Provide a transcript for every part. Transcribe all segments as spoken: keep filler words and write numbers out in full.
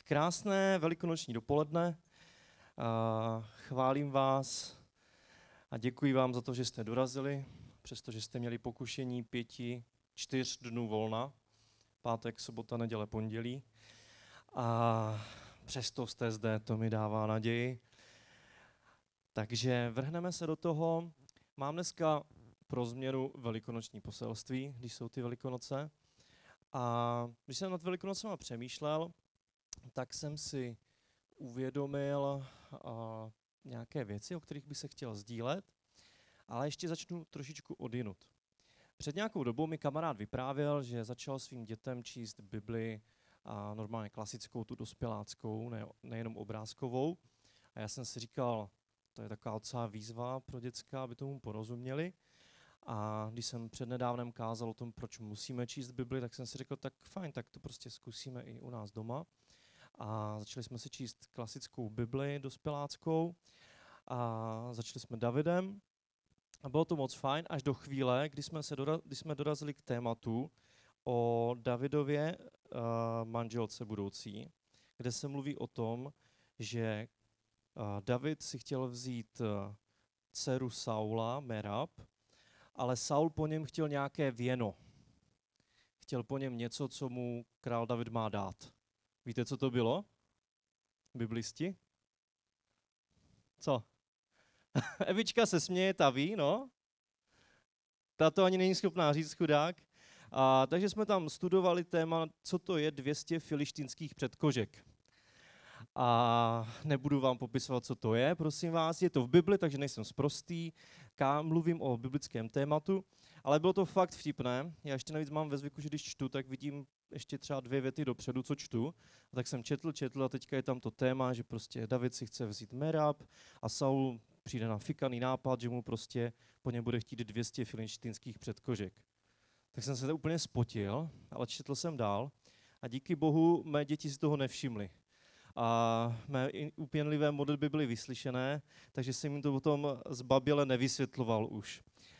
Krásné velikonoční dopoledne. Chválím vás a děkuji vám za to, že jste dorazili, přestože jste měli pokušení pěti, čtyř dnů volna, pátek, sobota, neděle, pondělí. A přesto jste zde, to mi dává naději. Takže vrhneme se do toho. Mám dneska pro změnu velikonoční poselství, když jsou ty Velikonoce. A když jsem nad Velikonocema přemýšlel, tak jsem si uvědomil a, nějaké věci, o kterých bych se chtěl sdílet, ale ještě začnu trošičku odjinut. Před nějakou dobou mi kamarád vyprávěl, že začal svým dětem číst Bibli a normálně klasickou, tu dospěláckou, ne, nejenom obrázkovou. A já jsem si říkal, to je taková docela výzva pro děcka, aby tomu porozuměli. A když jsem přednedávnem kázal o tom, proč musíme číst Bibli, tak jsem si řekl, tak fajn, tak to prostě zkusíme i u nás doma. A začali jsme si číst klasickou Bibli dospěláckou a začali jsme Davidem a bylo to moc fajn až do chvíle, kdy jsme, se dora- kdy jsme dorazili k tématu o Davidově uh, manželce budoucí, kde se mluví o tom, že uh, David si chtěl vzít uh, dceru Saula, Merab, ale Saul po něm chtěl nějaké věno. Chtěl po něm něco, co mu král David má dát. Víte, co to bylo? Biblisti? Co? Evička se směje, ta ví, no. Ta to ani není schopná říct, chudák. A, takže jsme tam studovali téma, co to je dvě stě filištinských předkožek. A nebudu vám popisovat, co to je, prosím vás. Je to v Bibli, takže nejsem sprostý. Ká mluvím o biblickém tématu, ale bylo to fakt vtipné. Já ještě navíc mám ve zvyku, že když čtu, tak vidím ještě třeba dvě věty dopředu, co čtu. A tak jsem četl, četl a teďka je tam to téma, že prostě David si chce vzít Merab a Saul přijde na fikaný nápad, že mu prostě po něm bude chtít dvě stě filištinských předkožek. Tak jsem se to úplně spotil, ale četl jsem dál a díky bohu mé děti si toho nevšimly. A mé úpěnlivé modlitby byly vyslyšené, takže jsem jim to potom zbaběle nevysvětloval už.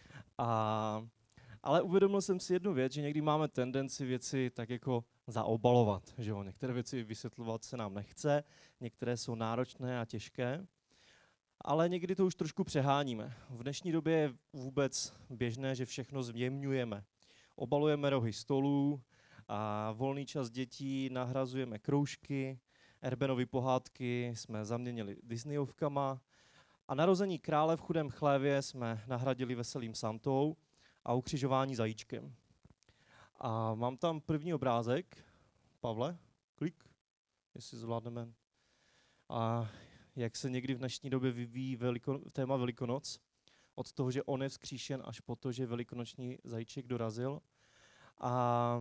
A, ale uvědomil jsem si jednu věc, že někdy máme tendenci věci tak jako zaobalovat. Že jo? Některé věci vysvětlovat se nám nechce, některé jsou náročné a těžké, ale někdy to už trošku přeháníme. V dnešní době je vůbec běžné, že všechno zjemňujeme. Obalujeme rohy stolů a volný čas dětí nahrazujeme kroužky, Erbenovy pohádky jsme zaměnili Disneyovkama a narození krále v chudém chlévě jsme nahradili veselým Santou a ukřižování zajíčkem. A mám tam první obrázek. Pavle, klik, jestli zvládneme. A jak se někdy v dnešní době vyvíjí veliko, téma Velikonoc, od toho, že on je vzkříšen, až po to, že velikonoční zajíček dorazil. A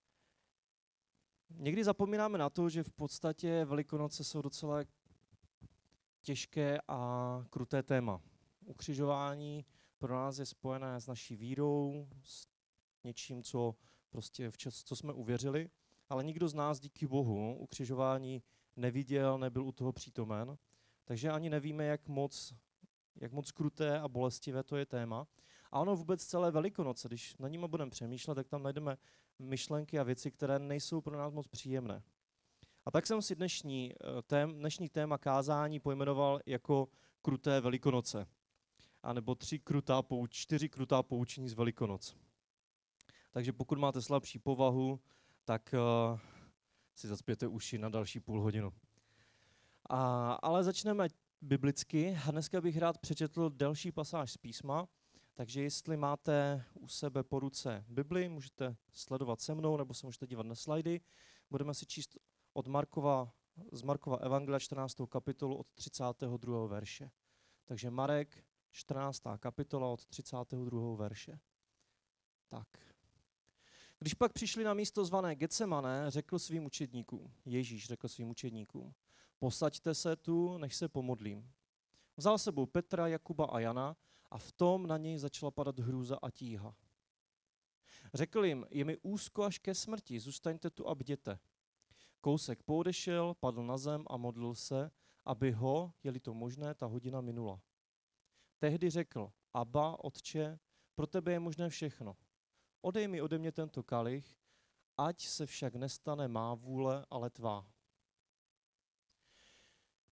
někdy zapomínáme na to, že v podstatě Velikonoce jsou docela těžké a kruté téma. Ukřižování pro nás je spojené s naší vírou, s něčím, co prostě v čas, co jsme uvěřili, ale nikdo z nás díky Bohu ukřižování neviděl, nebyl u toho přítomen, takže ani nevíme, jak moc, jak moc kruté a bolestivé to je téma. A ono vůbec celé Velikonoce, když na nimi budeme přemýšlet, tak tam najdeme myšlenky a věci, které nejsou pro nás moc příjemné. A tak jsem si dnešní, tém, dnešní téma kázání pojmenoval jako kruté Velikonoce. A nebo tři krutá pouč, čtyři krutá poučení z Velikonoc. Takže pokud máte slabší povahu, tak uh, si zacpěte uši na další půl hodinu. A, ale začneme biblicky a dneska bych rád přečetl delší pasáž z písma, takže jestli máte u sebe po ruce Bibli, můžete sledovat se mnou nebo se můžete dívat na slajdy. Budeme si číst od Markova, z Markova Evangelia čtrnáctou kapitolu od třicátého druhého verše. Takže Marek čtrnáctá kapitola od třicátého druhého verše. Tak. Když pak přišli na místo zvané Getsemane, řekl svým učedníkům, Ježíš řekl svým učedníkům, posaďte se tu, než se pomodlím. Vzal sebou Petra, Jakuba a Jana a v tom na něj začala padat hrůza a tíha. Řekl jim, je mi úzko až ke smrti, zůstaňte tu a bděte. Kousek poodešel, padl na zem a modlil se, aby ho, je-li to možné, ta hodina minula. Tehdy řekl, Abba, Otče, pro tebe je možné všechno. Odej mi ode mě tento kalich, ať se však nestane má vůle, ale tvá.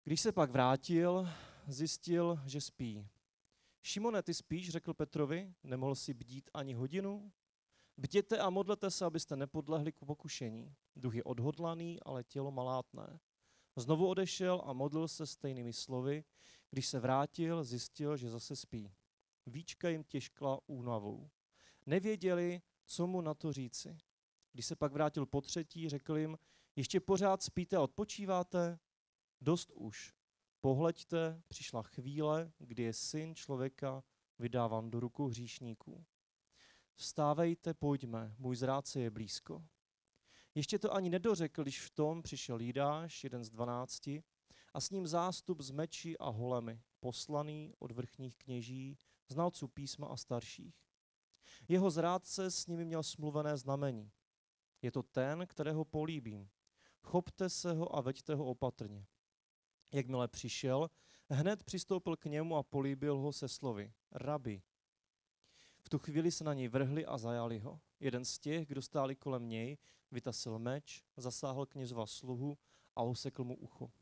Když se pak vrátil, zjistil, že spí. Šimone, ty spíš, řekl Petrovi, nemohl si bdít ani hodinu? Bděte a modlete se, abyste nepodlehli k pokušení. Duch je odhodlaný, ale tělo malátné. Znovu odešel a modlil se stejnými slovy. Když se vrátil, zjistil, že zase spí. Víčka jim těžkla únavou. Nevěděli, co mu na to říci. Když se pak vrátil po třetí, řekl jim, ještě pořád spíte a odpočíváte? Dost už. Pohleďte, přišla chvíle, kdy je syn člověka vydáván do rukou hříšníků. Vstávejte, pojďme, můj zrádce je blízko. Ještě to ani nedořekl, když v tom přišel Jidáš, jeden z dvanácti, a s ním zástup z meči a holemi, poslaný od vrchních kněží, znalců písma a starších. Jeho zrádce s nimi měl smluvené znamení. Je to ten, kterého políbím. Chopte se ho a veďte ho opatrně. Jakmile přišel, hned přistoupil k němu a políbil ho se slovy. Rabi. V tu chvíli se na něj vrhli a zajali ho. Jeden z těch, kdo stáli kolem něj, vytasil meč, zasáhl knězova sluhu a usekl mu ucho.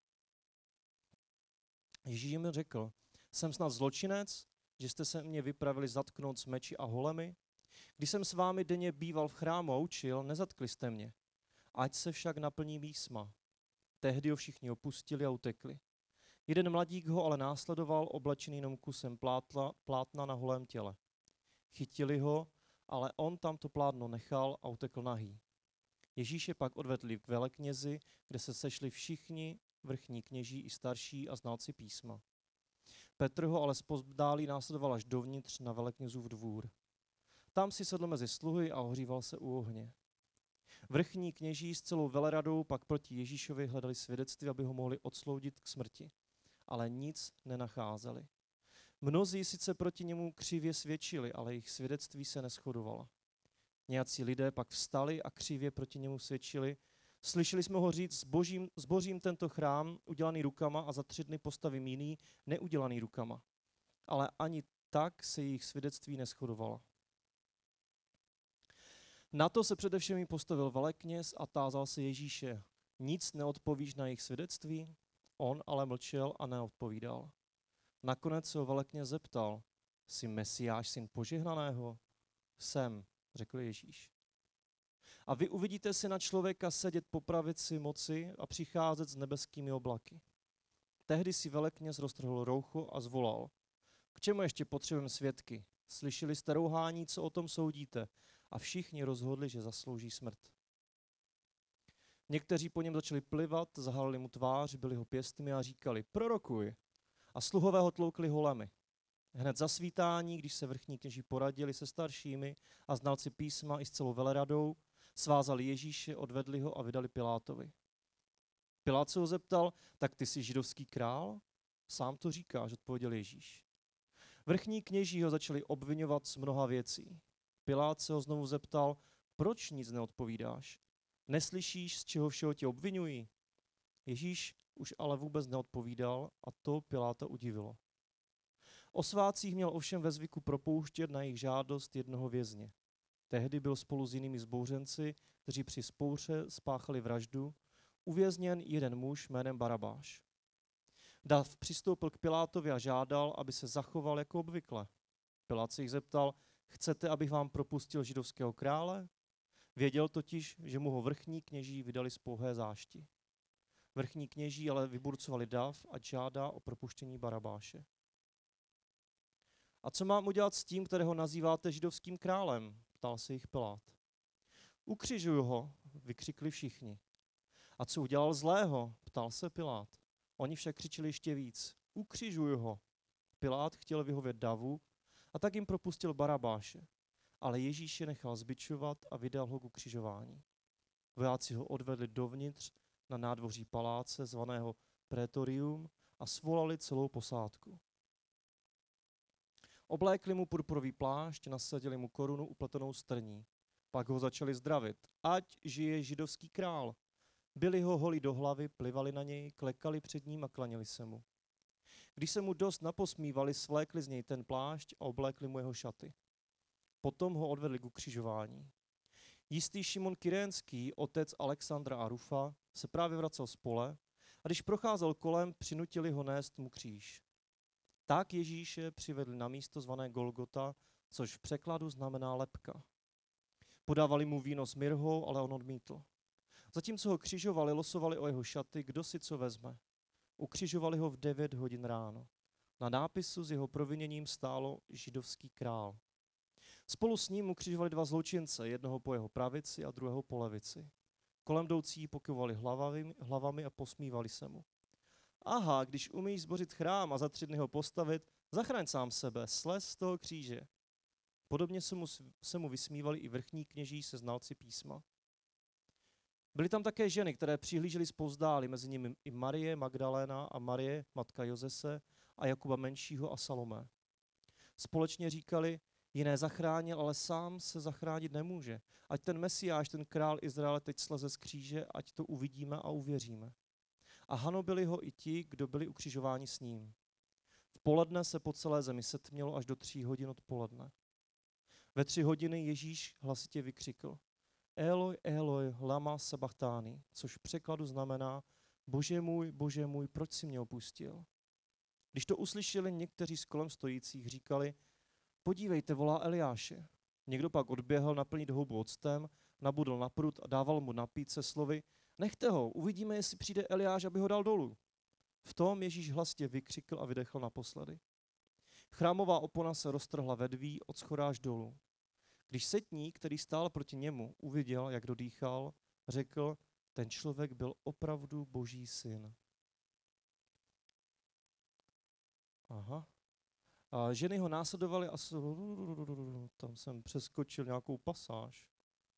Ježíš jim řekl, jsem snad zločinec, že jste se mě vypravili zatknout s meči a holemi? Když jsem s vámi denně býval v chrámu a učil, nezatkli jste mě. Ať se však naplní písma. Tehdy ho všichni opustili a utekli. Jeden mladík ho ale následoval, oblečený jenom kusem plátla, plátna na holém těle. Chytili ho, ale on tam to plátno nechal a utekl nahý. Ježíše pak odvedli k veleknězi, kde se sešli všichni vrchní kněží i starší a znalci písma. Petr ho ale zpovzdálí následoval až dovnitř na veleknězův dvůr. Tam si sedl mezi sluhy a ohříval se u ohně. Vrchní kněží s celou veleradou pak proti Ježíšovi hledali svědectví, aby ho mohli odsloudit k smrti, ale nic nenacházeli. Mnozí sice proti němu křivě svědčili, ale jejich svědectví se neshodovalo. Nějací lidé pak vstali a křivě proti němu svědčili. Slyšeli jsme ho říct, zbožím, zbořím tento chrám udělaný rukama a za tři dny postavím jiný, neudělaný rukama. Ale ani tak se jejich svědectví neshodovalo. Na to se především postavil velekněz a tázal se Ježíše. Nic neodpovíš na jejich svědectví? On ale mlčel a neodpovídal. Nakonec se ho velekněz zeptal, jsi Mesiáš, syn požehnaného? Jsem, řekl Ježíš. A vy uvidíte si na člověka sedět po pravici moci a přicházet s nebeskými oblaky. Tehdy si velekněz roztrhl roucho a zvolal. K čemu ještě potřebujeme svědky? Slyšeli jste rouhání, co o tom soudíte? A všichni rozhodli, že zaslouží smrt. Někteří po něm začali plivat, zahalili mu tvář, byli ho pěstmi a říkali, prorokuj. A sluhové ho tloukli holemi. Hned za svítání, když se vrchní kněží poradili se staršími a znalci písma i s celou veleradou, svázali Ježíše, odvedli ho a vydali Pilátovi. Pilát se ho zeptal, tak ty jsi židovský král? Sám to říkáš, odpověděl Ježíš. Vrchní kněží ho začali obvinovat z mnoha věcí. Pilát se ho znovu zeptal, proč nic neodpovídáš? Neslyšíš, z čeho všeho tě obvinují? Ježíš už ale vůbec neodpovídal a to Piláta udivilo. O svátcích měl ovšem ve zvyku propouštět na jejich žádost jednoho vězně. Tehdy byl spolu s jinými zbouřenci, kteří při spouře spáchali vraždu, uvězněn jeden muž jménem Barabáš. Dav přistoupil k Pilátovi a žádal, aby se zachoval jako obvykle. Pilát se jich zeptal, chcete, abych vám propustil židovského krále? Věděl totiž, že mu ho vrchní kněží vydali z pouhé zášti. Vrchní kněží ale vyburcovali dav a žádá o propuštění Barabáše. A co mám udělat s tím, kterého nazýváte židovským králem? Ptal se jich Pilát. Ukřižuj ho, vykřikli všichni. A co udělal zlého? Ptal se Pilát. Oni však křičeli ještě víc. Ukřižuj ho. Pilát chtěl vyhovět davu a tak jim propustil Barabáše. Ale Ježíše nechal zbičovat a vydal ho k ukřižování. Vojáci ho odvedli dovnitř na nádvoří paláce zvaného Praetorium a svolali celou posádku. Oblékli mu purpurový plášť, nasadili mu korunu upletenou z trní. Pak ho začali zdravit. Ať žije židovský král. Byli ho holí do hlavy, plivali na něj, klekali před ním a klanili se mu. Když se mu dost naposmívali, svlékli z něj ten plášť a oblékli mu jeho šaty. Potom ho odvedli k ukřižování. Jistý Šimon Kyrénský, otec Alexandra a Rufa, se právě vracel z pole A když procházel kolem, přinutili ho nést mu kříž. Tak Ježíše přivedli na místo zvané Golgota, což v překladu znamená lebka. Podávali mu víno s mirhou, ale on odmítl. Zatímco ho křižovali, losovali o jeho šaty, kdo si co vezme. Ukřižovali ho v devět hodin ráno. Na nápisu s jeho proviněním stálo židovský král. Spolu s ním ukřižovali dva zločince, jednoho po jeho pravici a druhého po levici. Kolem jdoucí pokyvovali hlavami, hlavami a posmívali se mu. Aha, když umíš zbořit chrám a za tři dny ho postavit, zachraň sám sebe, slez z toho kříže. Podobně se mu, se mu vysmívali i vrchní kněží se znalci písma. Byly tam také ženy, které přihlížely zpovzdáli, mezi nimi i Marie Magdaléna a Marie, matka Jozese a Jakuba menšího a Salomé. Společně říkali, jiné zachránil, ale sám se zachránit nemůže. Ať ten Mesiáš, ten král Izraele teď sleze z kříže, ať to uvidíme a uvěříme. A hanobili ho i ti, kdo byli ukřižováni s ním. V poledne se po celé zemi setmělo až do tří hodin odpoledne. Ve tři hodiny Ježíš hlasitě vykřikl: Eloj, Eloj, lama sabachthani, což v překladu znamená: Bože můj, Bože můj, proč jsi mě opustil? Když to uslyšeli někteří z kolem stojících, říkali: Podívejte, volá Eliáše. Někdo pak odběhl naplnit houbu octem, nabudl na prut a dával mu napít se slovy: Nechte ho, uvidíme, jestli přijde Eliáš, aby ho dal dolů. V tom Ježíš hlasitě vykřikl a vydechl naposledy. Chrámová opona se roztrhla vedví od shora až dolů. Když setník, který stál proti němu, uviděl, jak dodýchal, řekl: Ten člověk byl opravdu Boží syn. Aha. A ženy ho následovaly a tam jsem přeskočil nějakou pasáž.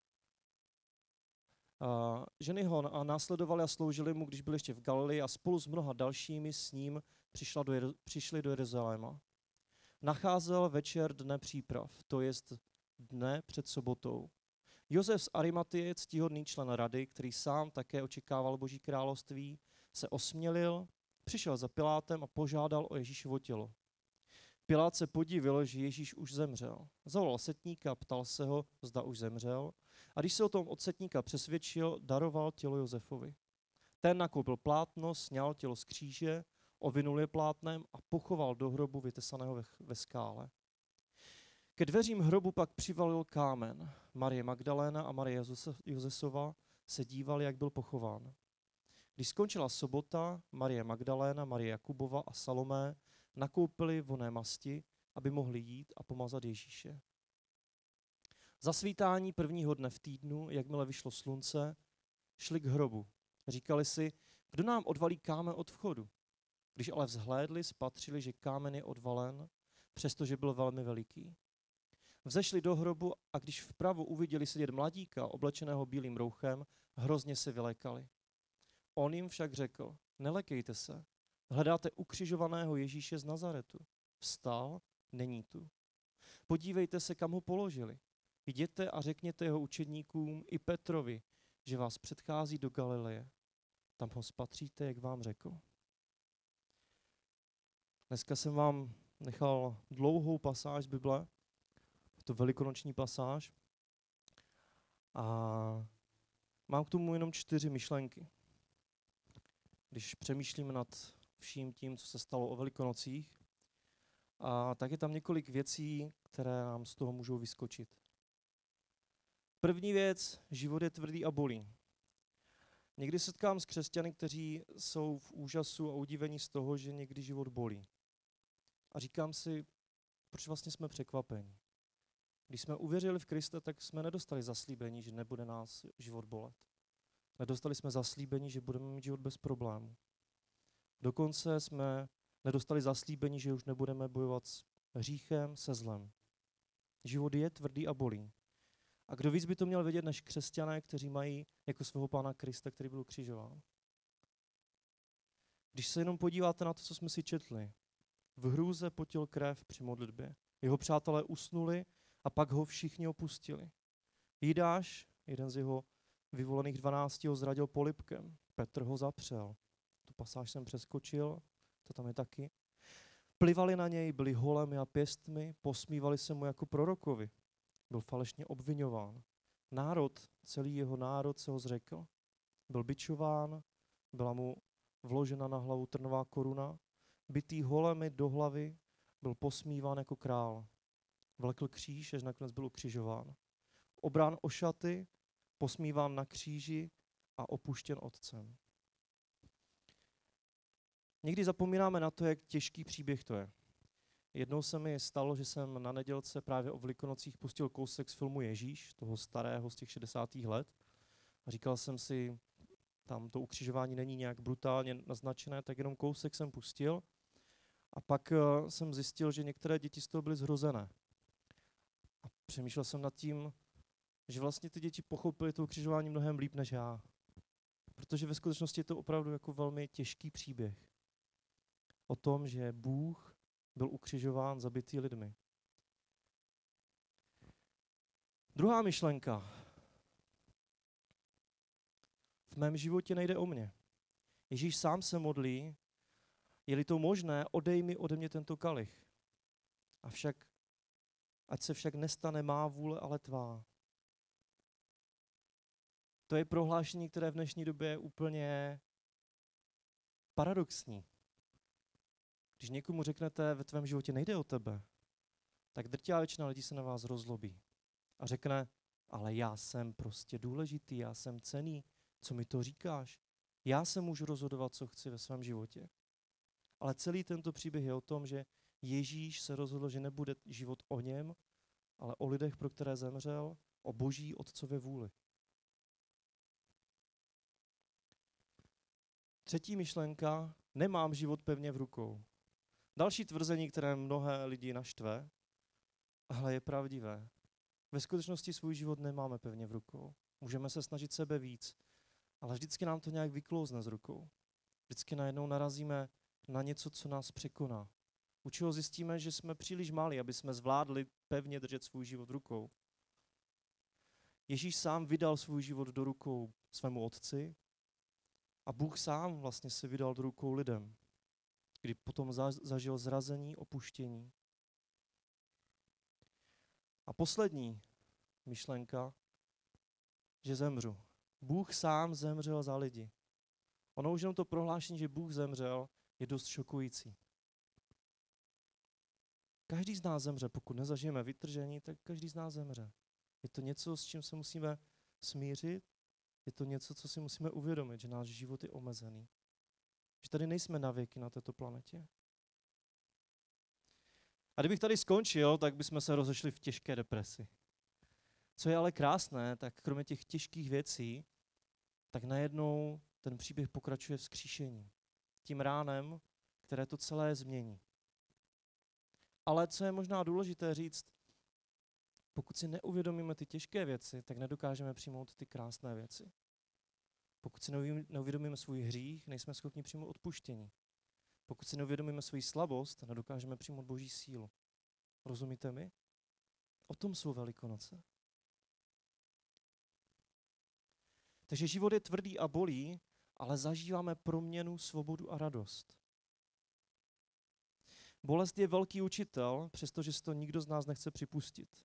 A ženy ho následovaly a sloužily mu, když byl ještě v Galilei, a spolu s mnoha dalšími s ním přišla do, přišli do Jeruzaléma. Nacházel večer dne příprav, to jest dne před sobotou. Josef z Arimatie, ctihodný člen rady, který sám také očekával Boží království, se osmělil, přišel za Pilátem a požádal o Ježíšovo tělo. Pilát se podivil, že Ježíš už zemřel. Zavolal setníka, ptal se ho, zda už zemřel, a když se o tom od setníka přesvědčil, daroval tělo Josefovi. Ten nakoupil plátno, sňal tělo z kříže, ovinul je plátnem a pochoval do hrobu vytesaného ve, ve skále. Ke dveřím hrobu pak přivalil kámen. Marie Magdaléna a Marie Josesova se dívali, jak byl pochován. Když skončila sobota, Marie Magdaléna, Marie Jakubova a Salomé nakoupili vonné masti, aby mohli jít a pomazat Ježíše. Za svítání prvního dne v týdnu, jakmile vyšlo slunce, šli k hrobu. Říkali si: Kdo nám odvalí kámen od vchodu? Když ale vzhlédli, spatřili, že kámen je odvalen, přestože byl velmi veliký. Vzešli do hrobu a když vpravo uviděli sedět mladíka, oblečeného bílým rouchem, hrozně se vylékali. On jim však řekl: Nelekejte se, hledáte ukřižovaného Ježíše z Nazaretu. Vstal, není tu. Podívejte se, kam ho položili. Jděte a řekněte jeho učedníkům i Petrovi, že vás předchází do Galileje. Tam ho spatříte, jak vám řekl. Dneska jsem vám nechal dlouhou pasáž z Bible, to velikonoční pasáž, a mám k tomu jenom čtyři myšlenky. Když přemýšlím nad vším tím, co se stalo o Velikonocích, a tak je tam několik věcí, které nám z toho můžou vyskočit. První věc: život je tvrdý a bolí. Někdy setkám s křesťany, kteří jsou v úžasu a udivení z toho, že někdy život bolí. A říkám si, proč vlastně jsme překvapeni. Když jsme uvěřili v Krista, tak jsme nedostali zaslíbení, že nebude nás život bolet. Nedostali jsme zaslíbení, že budeme mít život bez problémů. Dokonce jsme nedostali zaslíbení, že už nebudeme bojovat s hříchem, se zlem. Život je tvrdý a bolí. A kdo víc by to měl vědět než křesťané, kteří mají jako svého Pána Krista, který byl ukřižován. Když se jenom podíváte na to, co jsme si četli. V hrůze potil krev při modlitbě. Jeho přátelé usnuli a pak ho všichni opustili. Jidáš, jeden z jeho vyvolených dvanácti, ho zradil polibkem. Petr ho zapřel. Tu pasáž jsem přeskočil, to tam je taky. Plivali na něj, byli holemi a pěstmi, posmívali se mu jako prorokovi. Byl falešně obviňován. Národ, celý jeho národ se ho zřekl. Byl bičován, byla mu vložena na hlavu trnová koruna, bitý holemi do hlavy, byl posmíván jako král. Vlekl kříž, až nakonec byl ukřižován. Obrán o šaty, posmíván na kříži a opuštěn otcem. Někdy zapomínáme na to, jak těžký příběh to je. Jednou se mi stalo, že jsem na nedělce právě o Velikonocích pustil kousek z filmu Ježíš, toho starého z těch šedesátých let. A říkal jsem si, tam to ukřižování není nějak brutálně naznačené, tak jenom kousek jsem pustil. A pak uh, jsem zjistil, že některé děti z toho byly zhrozené. A přemýšlel jsem nad tím, že vlastně ty děti pochopily to ukřižování mnohem líp než já. Protože ve skutečnosti je to opravdu jako velmi těžký příběh. O tom, že Bůh byl ukřižován zabitý lidmi. Druhá myšlenka. V mém životě nejde o mě. Ježíš sám se modlí, je-li to možné, odej mi ode mě tento kalich. Avšak, ať se však nestane má vůle, ale tvá. To je prohlášení, které v dnešní době je úplně paradoxní. Když někomu řeknete, ve tvém životě nejde o tebe, tak drtivá většina lidí se na vás rozlobí a řekne, ale já jsem prostě důležitý, já jsem cenný, co mi to říkáš? Já se můžu rozhodovat, co chci ve svém životě. Ale celý tento příběh je o tom, že Ježíš se rozhodl, že nebude život o něm, ale o lidech, pro které zemřel, o Boží otcově vůli. Třetí myšlenka, nemám život pevně v rukou. Další tvrzení, které mnohé lidi naštve, ale je pravdivé. Ve skutečnosti svůj život nemáme pevně v rukou. Můžeme se snažit sebe víc, ale vždycky nám to nějak vyklouzne z rukou. Vždycky najednou narazíme na něco, co nás překoná. U čeho zjistíme, že jsme příliš malí, aby jsme zvládli pevně držet svůj život v rukou. Ježíš sám vydal svůj život do rukou svému otci a Bůh sám vlastně se vydal do rukou lidem, kdy potom zažil zrazení, opuštění. A poslední myšlenka, že zemřu. Bůh sám zemřel za lidi. Ono už jenom to prohlášení, že Bůh zemřel, je dost šokující. Každý z nás zemře, pokud nezažijeme vytržení, tak každý z nás zemře. Je to něco, s čím se musíme smířit, je to něco, co si musíme uvědomit, že náš život je omezený. Že tady nejsme na věky na této planetě. A kdybych tady skončil, tak bychom se rozešli v těžké depresi. Co je ale krásné, tak kromě těch těžkých věcí, tak najednou ten příběh pokračuje vzkříšení. Tím ránem, které to celé změní. Ale co je možná důležité říct, pokud si neuvědomíme ty těžké věci, tak nedokážeme přijmout ty krásné věci. Pokud si neuvědomíme svůj hřích, nejsme schopni přijmout odpuštění. Pokud si neuvědomíme svou slabost, nedokážeme přijmout Boží sílu. Rozumíte mi? O tom jsou Velikonoce. Takže život je tvrdý a bolí, ale zažíváme proměnu, svobodu a radost. Bolest je velký učitel, přestože si to nikdo z nás nechce připustit.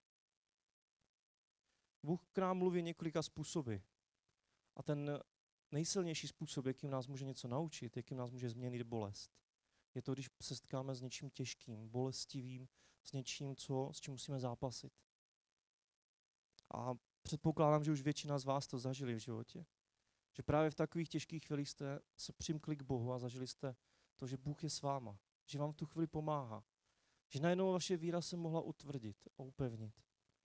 Bůh k nám mluví několika způsoby. A ten nejsilnější způsob, jakým nás může něco naučit, jakým nás může změnit bolest, je to, když se setkáme s něčím těžkým, bolestivým, s něčím, co, s čím musíme zápasit. A předpokládám, že už většina z vás to zažili v životě. Že právě v takových těžkých chvílích jste se přimkli k Bohu a zažili jste to, že Bůh je s váma, že vám v tu chvíli pomáhá. Že najednou vaše víra se mohla utvrdit a upevnit.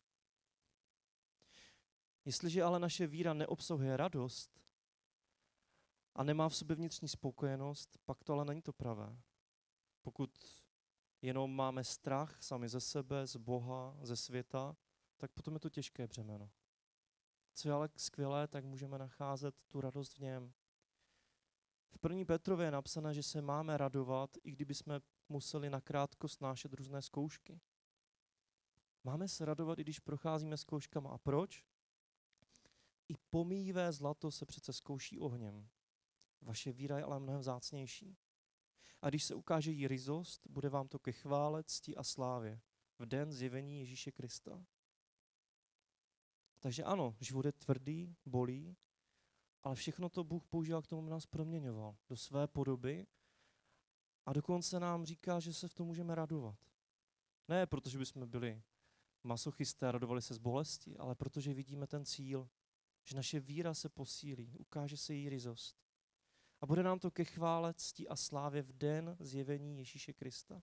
Jestliže ale naše víra neobsahuje radost a nemá v sobě vnitřní spokojenost, pak to ale není to pravé. Pokud jenom máme strach sami ze sebe, z Boha, ze světa, tak potom je to těžké břemeno. Co je ale skvělé, tak můžeme nacházet tu radost v něm. V první Petrově je napsané, že se máme radovat, i kdyby jsme museli nakrátko snášet různé zkoušky. Máme se radovat, i když procházíme zkouškama. A proč? I pomíjivé zlato se přece zkouší ohněm. Vaše víra je ale mnohem vzácnější. A když se ukáže jí ryzost, bude vám to ke chvále, cti a slávě v den zjevení Ježíše Krista. Takže ano, život je tvrdý, bolí, ale všechno to Bůh používal k tomu, aby nás proměňoval do své podoby a dokonce nám říká, že se v tom můžeme radovat. Ne protože bychom byli masochisté a radovali se z bolesti, ale protože vidíme ten cíl, že naše víra se posílí, ukáže se její ryzost. A bude nám to ke chvále, cti a slávě v den zjevení Ježíše Krista.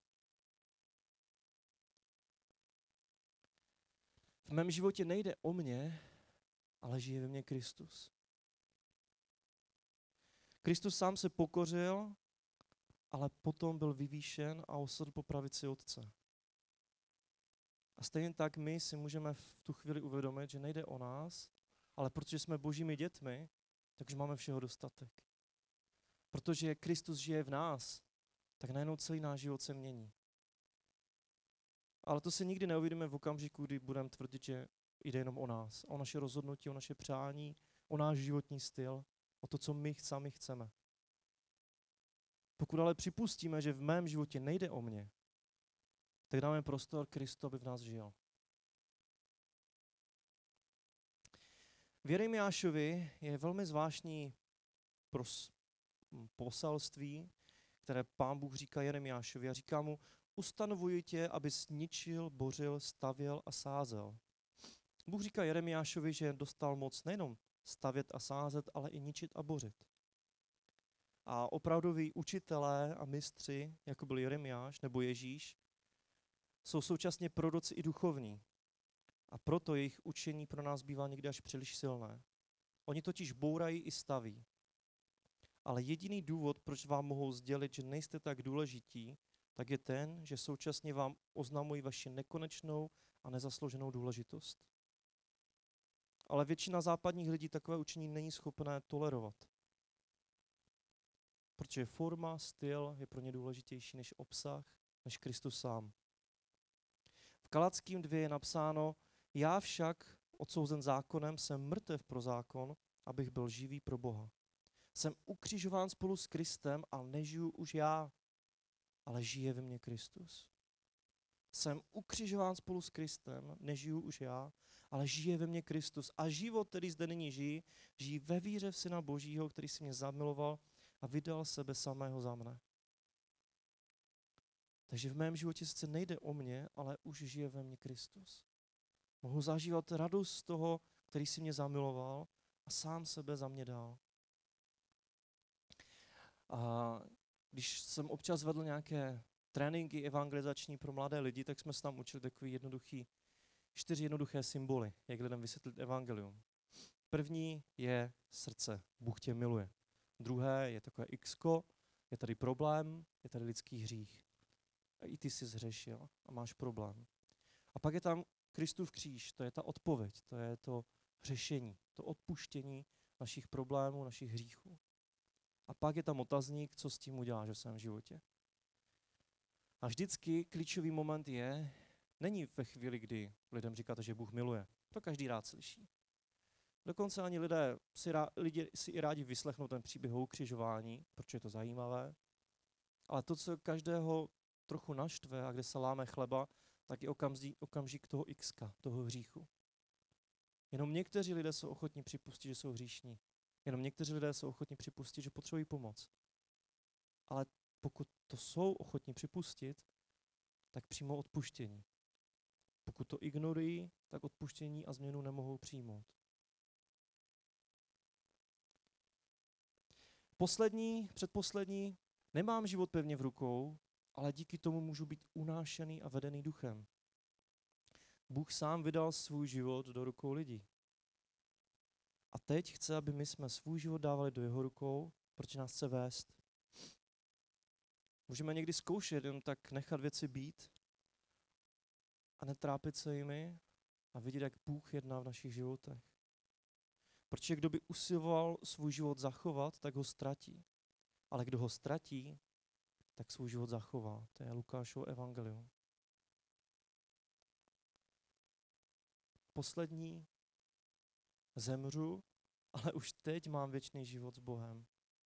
V mém životě nejde o mě, ale žije ve mně Kristus. Kristus sám se pokořil, ale potom byl vyvýšen a usedl po pravici Otce. A stejně tak my si můžeme v tu chvíli uvědomit, že nejde o nás, ale protože jsme božími dětmi, takže máme všeho dostatek. Protože Kristus žije v nás, tak najednou celý náš život se mění. Ale to si nikdy neuvědomíme v okamžiku, kdy budeme tvrdit, že jde jenom o nás, o naše rozhodnutí, o naše přání, o náš životní styl, o to, co my sami chceme. Pokud ale připustíme, že v mém životě nejde o mě, tak dáme prostor Kristu, aby v nás žil. V Jeremiášovi je velmi zvláštní pros- poselství, které Pán Bůh říká Jeremiášovi a říká mu, ustanovuji tě, abys ničil, bořil, stavěl a sázel. Bůh říká Jeremiášovi, že dostal moc nejenom stavět a sázet, ale i ničit a bořit. A opravdoví učitelé a mistři, jako byl Jeremiáš nebo Ježíš, jsou současně proroci i duchovní. A proto jejich učení pro nás bývá někdy až příliš silné. Oni totiž bourají i staví. Ale jediný důvod, proč vám mohou sdělit, že nejste tak důležití, tak je ten, že současně vám oznamují vaši nekonečnou a nezaslouženou důležitost. Ale většina západních lidí takové učení není schopné tolerovat. Protože forma, styl je pro ně důležitější než obsah, než Kristus sám. V Galackým dvě je napsáno, já však, odsouzen zákonem, jsem mrtev pro zákon, abych byl živý pro Boha. Jsem ukřižován spolu s Kristem a nežiju už já, ale žije ve mně Kristus. Jsem ukřižován spolu s Kristem, nežiju už já, ale žije ve mně Kristus. A život, který zde nyní žijí, žijí ve víře v Syna Božího, který si mě zamiloval a vydal sebe samého za mne. Takže v mém životě sice nejde o mě, ale už žije ve mně Kristus. Mohu zažívat radost z toho, který si mě zamiloval a sám sebe za mě dal. A když jsem občas vedl nějaké tréninky evangelizační pro mladé lidi, tak jsme se tam učili takový jednoduchý, čtyři jednoduché symboly, jak lidem vysvětlit evangelium. První je srdce, Bůh tě miluje. Druhé je takové xko, je tady problém, je tady lidský hřích. A i ty jsi zhřešil a máš problém. A pak je tam Kristův kříž, to je ta odpověď, to je to řešení, to odpuštění našich problémů, našich hříchů. A pak je tam otazník, co s tím uděláš ve svém životě. A vždycky klíčový moment je, není ve chvíli, kdy lidem říkáte, že Bůh miluje. To každý rád slyší. Dokonce ani lidé si, rá, lidi si i rádi vyslechnou ten příběh o ukřižování, protože je to zajímavé. Ale to, co každého trochu naštve a kde se láme chleba, tak je okamžik, okamžik toho xka, toho hříchu. Jenom někteří lidé jsou ochotní připustit, že jsou hříšní. Jenom někteří lidé jsou ochotní připustit, že potřebují pomoc. Ale pokud to jsou ochotní připustit, tak přijmou odpuštění. Pokud to ignorují, tak odpuštění a změnu nemohou přijmout. Poslední, předposlední, nemám život pevně v rukou, ale díky tomu můžu být unášený a vedený duchem. Bůh sám vydal svůj život do rukou lidí. A teď chce, aby my jsme svůj život dávali do jeho rukou, protože nás chce vést. Můžeme někdy zkoušet jen tak nechat věci být a netrápit se jimi a vidět, jak Bůh jedná v našich životech. Protože kdo by usiloval svůj život zachovat, tak ho ztratí. Ale kdo ho ztratí, tak svůj život zachová. To je Lukášovo evangelium. Poslední, zemřu, ale už teď mám věčný život s Bohem.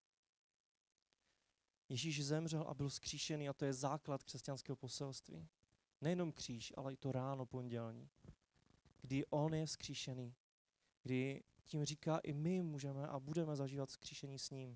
Ježíš zemřel a byl vzkříšený a to je základ křesťanského poselství. Nejenom kříž, ale i to ráno pondělní, kdy on je vzkříšený, kdy tím říká, i my můžeme a budeme zažívat vzkříšení s ním.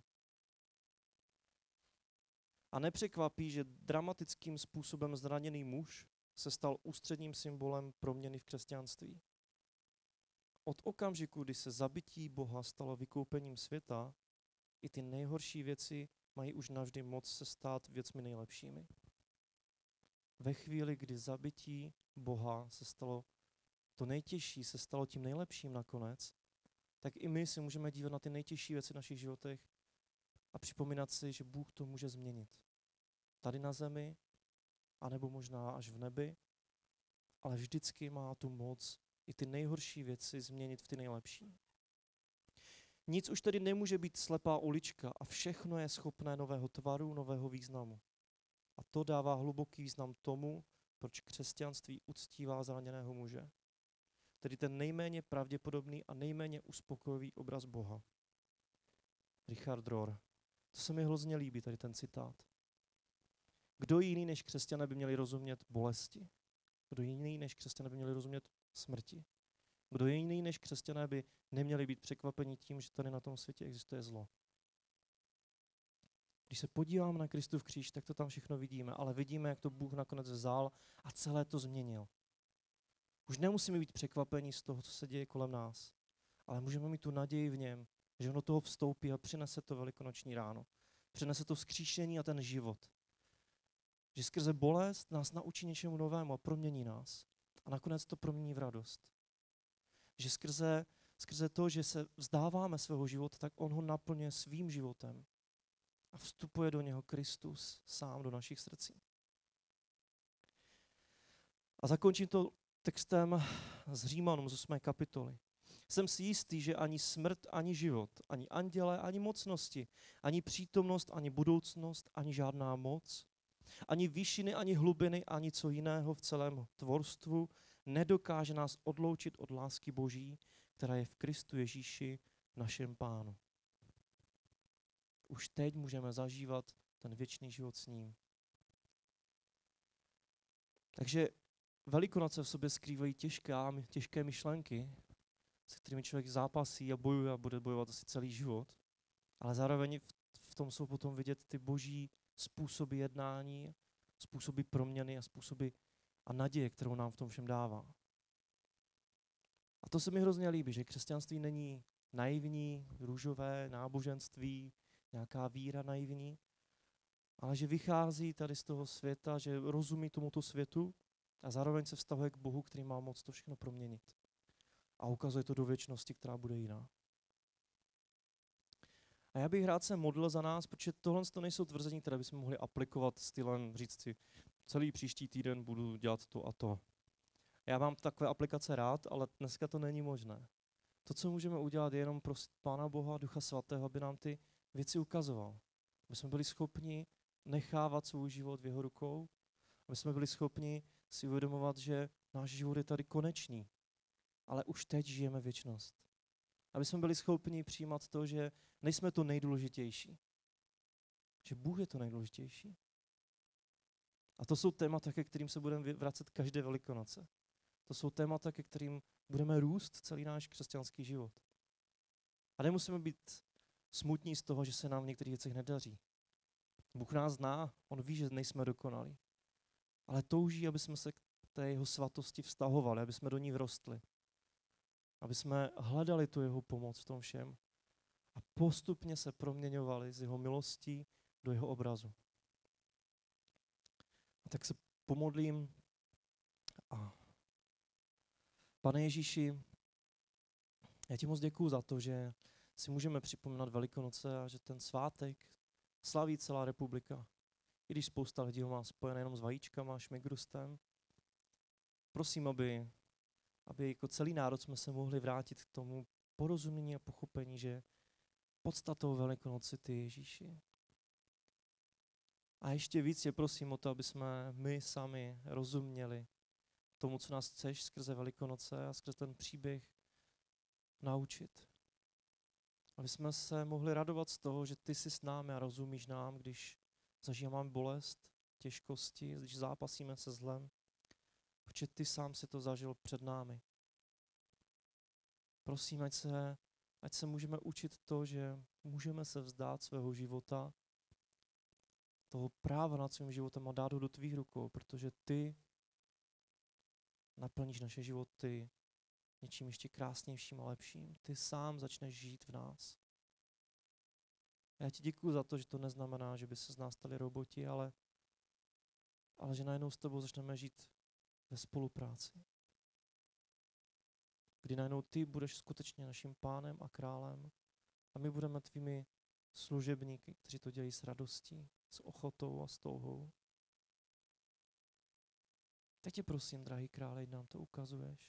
A nepřekvapí, že dramatickým způsobem zraněný muž se stal ústředním symbolem proměny v křesťanství. Od okamžiku, kdy se zabití Boha stalo vykoupením světa, i ty nejhorší věci mají už navždy moc se stát věcmi nejlepšími. Ve chvíli, kdy zabití Boha se stalo, to nejtěžší se stalo tím nejlepším nakonec, tak i my si můžeme dívat na ty nejtěžší věci v našich životech a připomínat si, že Bůh to může změnit. Tady na zemi, anebo možná až v nebi, ale vždycky má tu moc i ty nejhorší věci změnit v ty nejlepší. Nic už tedy nemůže být slepá ulička a všechno je schopné nového tvaru, nového významu. A to dává hluboký význam tomu, proč křesťanství uctívá zraněného muže. Tedy ten nejméně pravděpodobný a nejméně uspokojivý obraz Boha. Richard Rohr. To se mi hrozně líbí, tady ten citát. Kdo jiný než křesťané by měli rozumět bolesti? Kdo jiný než křesťané by měli rozumět smrti? Kdo jiný než křesťané by neměli být překvapeni tím, že tady na tom světě existuje zlo? Když se podíváme na Kristův kříž, tak to tam všechno vidíme, ale vidíme, jak to Bůh nakonec vzal a celé to změnil. Už nemusíme být překvapeni z toho, co se děje kolem nás, ale můžeme mít tu naději v něm, že on do toho vstoupí a přinese to velikonoční ráno. Přinese to vzkříšení a ten život. Že skrze bolest nás naučí něčemu novému a promění nás. A nakonec to promění v radost. Že skrze, skrze to, že se vzdáváme svého života, tak on ho naplňuje svým životem. A vstupuje do něho Kristus sám do našich srdcí. A zakončím to textem z Římanům z osmé kapitoly. Jsem si jistý, že ani smrt, ani život, ani anděle, ani mocnosti, ani přítomnost, ani budoucnost, ani žádná moc, ani výšiny, ani hlubiny, ani co jiného v celém tvorstvu nedokáže nás odloučit od lásky Boží, která je v Kristu Ježíši, našem Pánu. Už teď můžeme zažívat ten věčný život s ním. Takže Velikonoce v sobě skrývají těžká, těžké myšlenky, se kterými člověk zápasí a bojuje a bude bojovat asi celý život. Ale zároveň v, v tom jsou potom vidět ty boží způsoby jednání, způsoby proměny a způsoby a naděje, kterou nám v tom všem dává. A to se mi hrozně líbí, že křesťanství není naivní, růžové náboženství, nějaká víra naivní, ale že vychází tady z toho světa, že rozumí tomuto světu a zároveň se vztahuje k Bohu, který má moc to všechno proměnit. A ukazuje to do věčnosti, která bude jiná. A já bych rád se modlil za nás, protože tohle to nejsou tvrzení, které bychom mohli aplikovat stylem říct si, celý příští týden budu dělat to a to. Já mám takové aplikace rád, ale dneska to není možné. To, co můžeme udělat, je jenom prosit Pána Boha, Ducha Svatého, aby nám ty věci ukazoval. Aby jsme byli schopni nechávat svůj život v jeho rukou, aby jsme byli schopni si uvědomovat, že náš život je tady konečný, ale už teď žijeme věčnost. Aby jsme byli schopni přijímat to, že nejsme to nejdůležitější. Že Bůh je to nejdůležitější. A to jsou témata, ke kterým se budeme vracet každé Velikonoce. To jsou témata, ke kterým budeme růst celý náš křesťanský život. A nemusíme být smutní z toho, že se nám v některých věcech nedaří. Bůh nás zná, on ví, že nejsme dokonalí. Ale touží, aby jsme se k té jeho svatosti vztahovali, aby jsme do ní vrostli. Aby jsme hledali tu jeho pomoc v tom všem a postupně se proměňovali z jeho milostí do jeho obrazu. A tak se pomodlím. A Pane Ježíši, já ti moc děkuju za to, že si můžeme připomínat Velikonoce a že ten svátek slaví celá republika. I když spousta lidí ho má spojené jenom s vajíčkama, šmigrustem. Prosím, aby, aby jako celý národ jsme se mohli vrátit k tomu porozumění a pochopení, že podstatou Velikonoci ty, Ježíši. A ještě víc je prosím o to, aby jsme my sami rozuměli tomu, co nás chceš skrze Velikonoce a skrze ten příběh naučit. Aby jsme se mohli radovat z toho, že ty jsi s námi a rozumíš nám, když zažíváme bolest, těžkosti, když zápasíme se zlem, protože ty sám si to zažil před námi. Prosím, ať se Ať se můžeme učit to, že můžeme se vzdát svého života, toho práva nad svým životem a dát ho do tvých rukou, protože ty naplníš naše životy něčím ještě krásnějším a lepším. Ty sám začneš žít v nás. Já ti děkuju za to, že to neznamená, že by se z nás stali roboti, ale, ale že najednou s tebou začneme žít ve spolupráci. Kdy najednou ty budeš skutečně naším pánem a králem a my budeme tvými služebníky, kteří to dělají s radostí, s ochotou a s touhou. Tak tě prosím, drahý krále, ať nám to ukazuješ.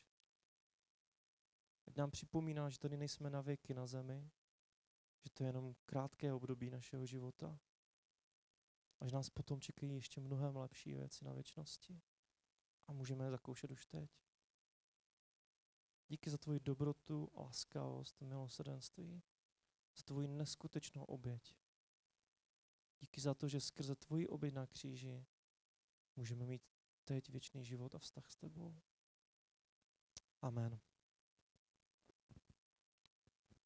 Ať nám připomínáš, že tady nejsme na věky na zemi, že to je jenom krátké období našeho života. Až nás potom čekají ještě mnohem lepší věci na věčnosti. A můžeme je zakoušet už teď. Díky za tvoji dobrotu, laskavost, milosrdenství, za tvoji neskutečnou oběť. Díky za to, že skrze tvoji oběť na kříži můžeme mít teď věčný život a vztah s tebou. Amen.